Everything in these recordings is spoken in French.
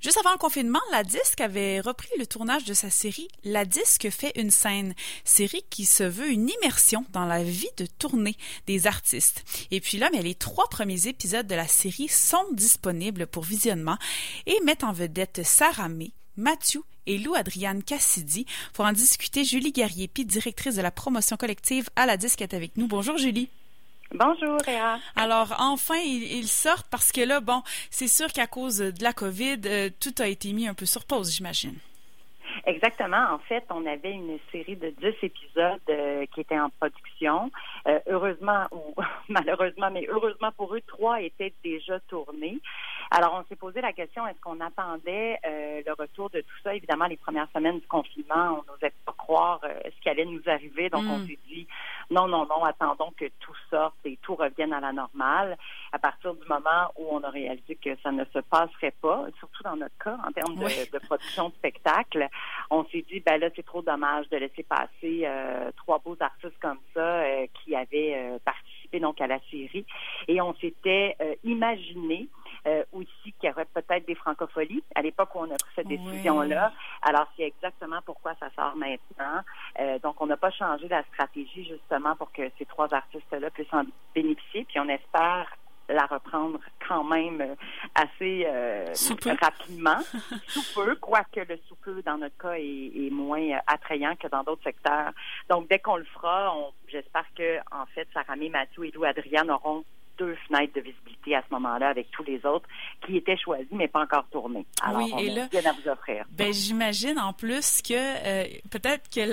Juste avant le confinement, La Disque avait repris le tournage de sa série La Disque fait une scène, série qui se veut une immersion dans la vie de tournée des artistes. Et puis là, mais les 3 premiers épisodes de la série sont disponibles pour visionnement et mettent en vedette Sarah May, Mathieu et Lou-Adriane Cassidy. Pour en discuter, Julie Guerrier-Pi, directrice de la promotion collective à La Disque, est avec nous. Bonjour Julie. Bonjour, Réa. Alors, enfin, ils sortent parce que là, bon, c'est sûr qu'à cause de la COVID, tout a été mis un peu sur pause, j'imagine. Exactement. En fait, on avait une série de 10 épisodes qui étaient en production. Heureusement ou malheureusement, mais heureusement pour eux, 3 étaient déjà tournés. Alors, on s'est posé la question, est-ce qu'on attendait le retour de tout ça? Évidemment, les premières semaines du confinement, on n'osait pas croire ce qui allait nous arriver. Donc, on s'est dit, non, attendons que tout sorte et tout revienne à la normale. À partir du moment où on a réalisé que ça ne se passerait pas, surtout dans notre cas, en termes de production de spectacle, on s'est dit, ben là, c'est trop dommage de laisser passer 3 beaux artistes comme ça qui avaient participé donc à la série. Et on s'était imaginé aussi qu'il y aurait peut-être des francopholies à l'époque où on a pris cette décision-là. Alors, c'est exactement pourquoi ça sort maintenant. Donc, on n'a pas changé la stratégie justement pour que ces 3 artistes-là puissent en bénéficier. Puis, on espère la reprendre quand même assez rapidement, sous peu, quoique le sous peu dans notre cas est moins attrayant que dans d'autres secteurs. Donc, dès qu'on le fera, j'espère que en fait, Sarah May, Mathieu et Lou-Adriane auront 2 fenêtres de visibilité à ce moment-là avec tous les autres qui étaient choisis mais pas encore tournés. Alors, on a bien à vous offrir. Ben, j'imagine en plus que peut-être que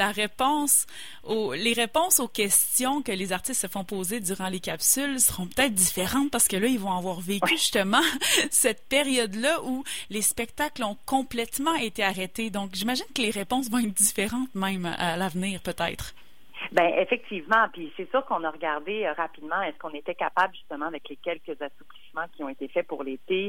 les réponses aux questions que les artistes se font poser durant les capsules seront peut-être différentes parce que là, ils vont avoir vécu justement cette période-là où les spectacles ont complètement été arrêtés. Donc, j'imagine que les réponses vont être différentes même à l'avenir peut-être. Ben effectivement, puis c'est sûr qu'on a regardé rapidement, est-ce qu'on était capable justement avec les quelques assouplissements qui ont été faits pour l'été,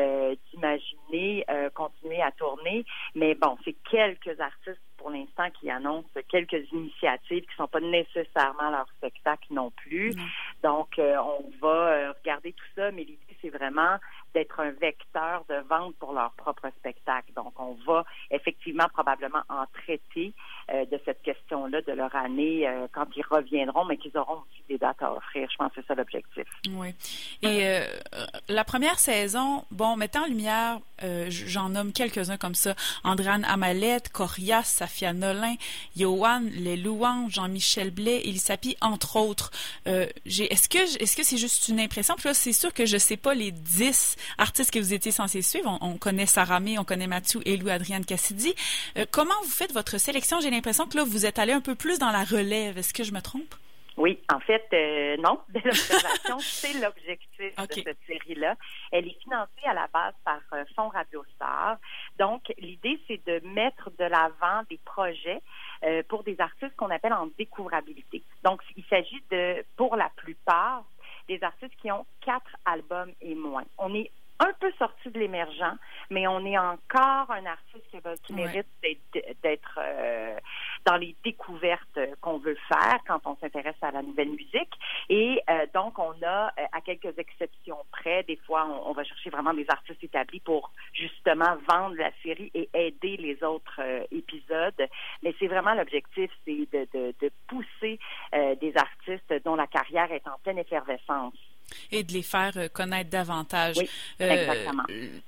d'imaginer continuer à tourner, mais bon, c'est quelques artistes pour l'instant qui annoncent quelques initiatives qui ne sont pas nécessairement leur spectacle non plus. Donc, on va regarder tout ça, mais l'idée, c'est vraiment d'être un vecteur de vente pour leur propre spectacle. Donc, on va effectivement probablement en traiter de cette question-là de leur année quand ils reviendront, mais qu'ils auront aussi des dates à offrir. Je pense que c'est ça l'objectif. Oui. Et la première saison, bon, mettant en lumière, j'en nomme quelques-uns comme ça, Andréane Amalette, Corias, Safia Nolin, Yoann, Les Louanges, Jean-Michel Blais, Elisapie, entre autres. Est-ce que c'est juste une impression? Puis là, c'est sûr que je sais pas les 10 artistes que vous étiez censés suivre. On connaît Sarah May, on connaît Mathieu et Lou-Adriane Cassidy. Comment vous faites votre sélection? J'ai l'impression que là, vous êtes allé un peu plus dans la relève. Est-ce que je me trompe? Oui, en fait, non. Dès l'observation, c'est l'objectif de cette série-là. Elle est financée à la base par Fonds RadioStar. Donc, l'idée, c'est de mettre de l'avant des projets pour des artistes qu'on appelle en découvrabilité. Donc, il s'agit pour la plupart, des artistes qui ont 4 albums et moins. On est un peu sorti de l'émergent, mais on est encore un artiste qui mérite d'être dans les découvertes qu'on veut faire quand on s'intéresse à la nouvelle musique. Et donc, on a, à quelques exceptions près, des fois, on va chercher vraiment des artistes établis pour justement vendre la série et aider les autres épisodes. Mais c'est vraiment l'objectif, c'est de pousser des artistes dont la carrière est en pleine effervescence. Et de les faire connaître davantage. Oui, exactement.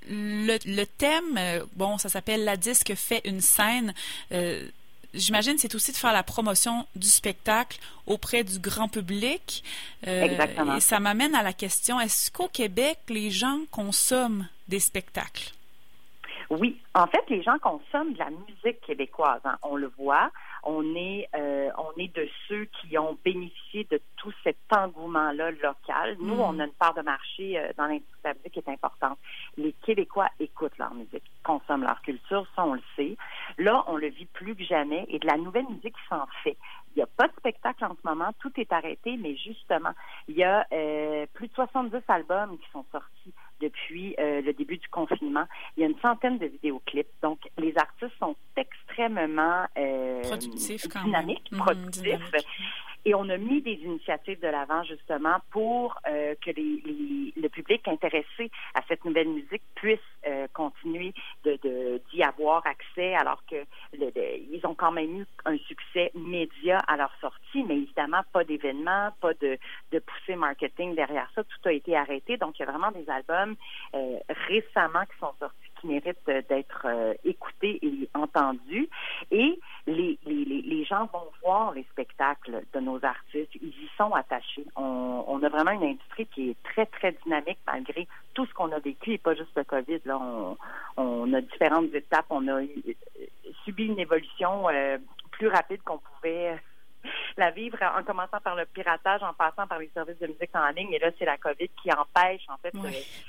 Le thème, bon, ça s'appelle La Disque fait une scène. J'imagine c'est aussi de faire la promotion du spectacle auprès du grand public. Exactement. Et ça m'amène à la question, est-ce qu'au Québec, les gens consomment des spectacles? Oui. En fait, les gens consomment de la musique québécoise. Hein. On le voit. On est de ceux qui ont bénéficié de tout cet engouement-là local. Nous, on a une part de marché dans l'industrie de la musique qui est importante. Les Québécois écoutent leur musique, consomment leur culture, ça, on le sait. Là, on le vit plus que jamais et de la nouvelle musique s'en fait. Il n'y a pas de spectacle en ce moment, tout est arrêté, mais justement, il y a plus de 70 albums qui sont sortis depuis le début du confinement. Il y a une centaine de vidéoclips. Donc, les artistes sont extrêmement dynamiques, productifs. Et on a mis des initiatives de l'avant, justement, pour que le public intéressé à cette nouvelle musique puisse continuer continuer d'y avoir accès, alors que ils ont quand même eu un succès média à leur sortie, mais évidemment pas d'événements, pas de poussée marketing derrière ça. Tout a été arrêté. Donc, il y a vraiment des albums récemment qui sont sortis qui méritent d'être écoutés et entendus. Et les gens vont voir les spectacles de nos artistes. Ils y sont attachés. On a vraiment une industrie qui est très, très dynamique malgré tout ce qu'on a vécu et pas juste le COVID. Là, on a différentes étapes. On a subi une évolution plus rapide qu'on pouvait la vivre, en commençant par le piratage, en passant par les services de musique en ligne. Et là, c'est la COVID qui empêche, en fait,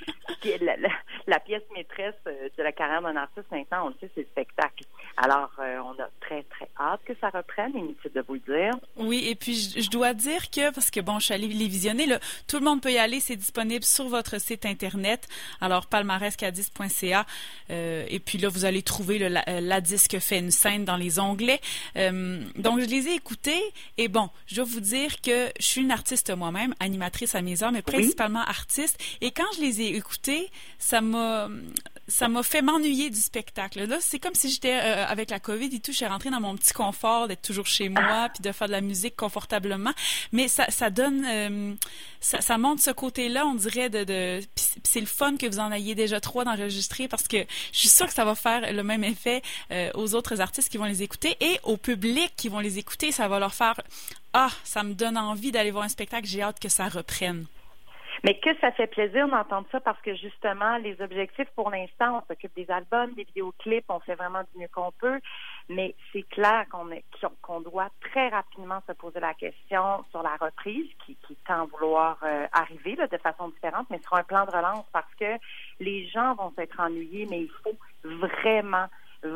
la pièce maîtresse de la carrière d'un artiste. Maintenant, on le sait, c'est le spectacle. Alors, on a très, très hâte que ça reprenne, inutile de vous le dire. Oui, et puis je dois dire que, parce que bon, je suis allée les visionner, là, tout le monde peut y aller, c'est disponible sur votre site Internet, alors palmarès-cadis.ca, et puis là, vous allez trouver la disque fait une scène dans les onglets. Donc, je les ai écoutés, et bon, je dois vous dire que je suis une artiste moi-même, animatrice à mes heures, mais principalement artiste, et quand je les ai écoutés, ça m'a fait m'ennuyer du spectacle. Là, c'est comme si j'étais avec la COVID et tout, je suis rentrée dans mon petit confort d'être toujours chez moi puis de faire de la musique confortablement. Mais ça donne, ça montre ce côté-là, on dirait puis c'est le fun que vous en ayez déjà 3 d'enregistrer parce que je suis sûre que ça va faire le même effet aux autres artistes qui vont les écouter et au public qui vont les écouter. Ça va leur faire ça me donne envie d'aller voir un spectacle. J'ai hâte que ça reprenne. Mais que ça fait plaisir d'entendre ça parce que justement, les objectifs pour l'instant, on s'occupe des albums, des vidéoclips, on fait vraiment du mieux qu'on peut, mais c'est clair qu'on doit très rapidement se poser la question sur la reprise qui tend à vouloir arriver là, de façon différente, mais sur un plan de relance parce que les gens vont s'être ennuyés, mais il faut vraiment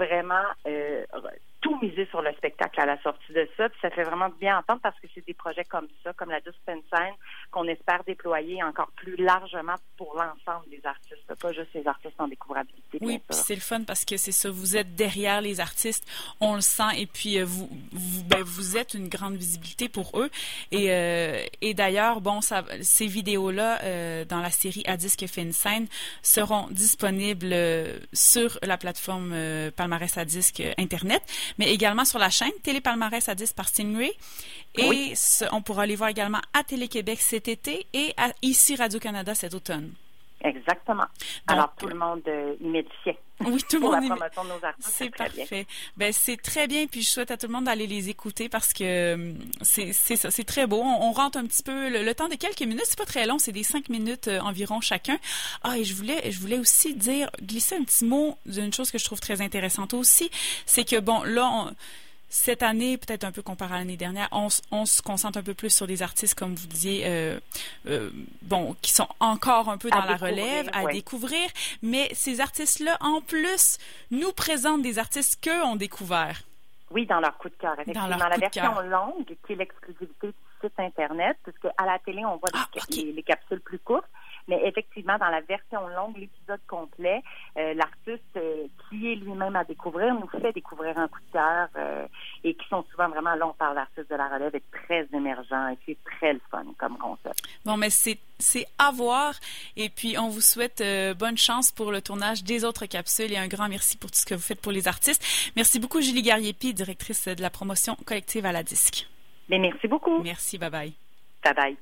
tout miser sur le spectacle à la sortie de ça. Puis ça fait vraiment bien entendre parce que c'est des projets comme ça, comme la Disque Scène, qu'on espère déployer encore plus largement pour l'ensemble des artistes, pas juste les artistes en découvrabilité. Oui, puis c'est le fun parce que c'est ça, vous êtes derrière les artistes, on le sent, et puis vous êtes une grande visibilité pour eux. Et d'ailleurs, bon, ces vidéos-là dans la série À disque fait une scène seront disponibles sur la plateforme Palmarès à disque Internet, mais également sur la chaîne Télé Palmarès à disque par Stingray. Et on pourra les voir également à Télé-Québec cet été et ici Radio-Canada cet automne. Exactement. Donc, alors, tout le monde y met du sien. Oui, tout le pour monde la promotion de nos artistes. C'est parfait. Ben, c'est très bien. Puis, je souhaite à tout le monde d'aller les écouter parce que c'est ça. C'est très beau. On rentre un petit peu le temps de quelques minutes. C'est pas très long. C'est des 5 minutes environ chacun. Et je voulais aussi glisser un petit mot d'une chose que je trouve très intéressante aussi. C'est que, bon, là, cette année, peut-être un peu comparé à l'année dernière, on se concentre un peu plus sur des artistes, comme vous disiez, qui sont encore un peu dans la relève, à découvrir. Mais ces artistes-là, en plus, nous présentent des artistes qu'eux ont découverts. Oui, dans leur coup de cœur, effectivement. Dans la version longue, qui est l'exclusivité du site Internet, puisque à la télé, on voit les capsules plus courtes. Mais effectivement, dans la version longue, l'épisode complet, l'artiste qui est lui-même à découvrir nous fait découvrir un coup de cœur et qui sont souvent vraiment, là, on parle d'artistes de la relève, et très émergents et c'est très le fun comme concept. Bon, mais c'est à voir et puis on vous souhaite bonne chance pour le tournage des autres capsules et un grand merci pour tout ce que vous faites pour les artistes. Merci beaucoup, Julie Garriépi, directrice de la promotion collective à la disque. Bien, merci beaucoup. Merci, bye-bye. Bye-bye.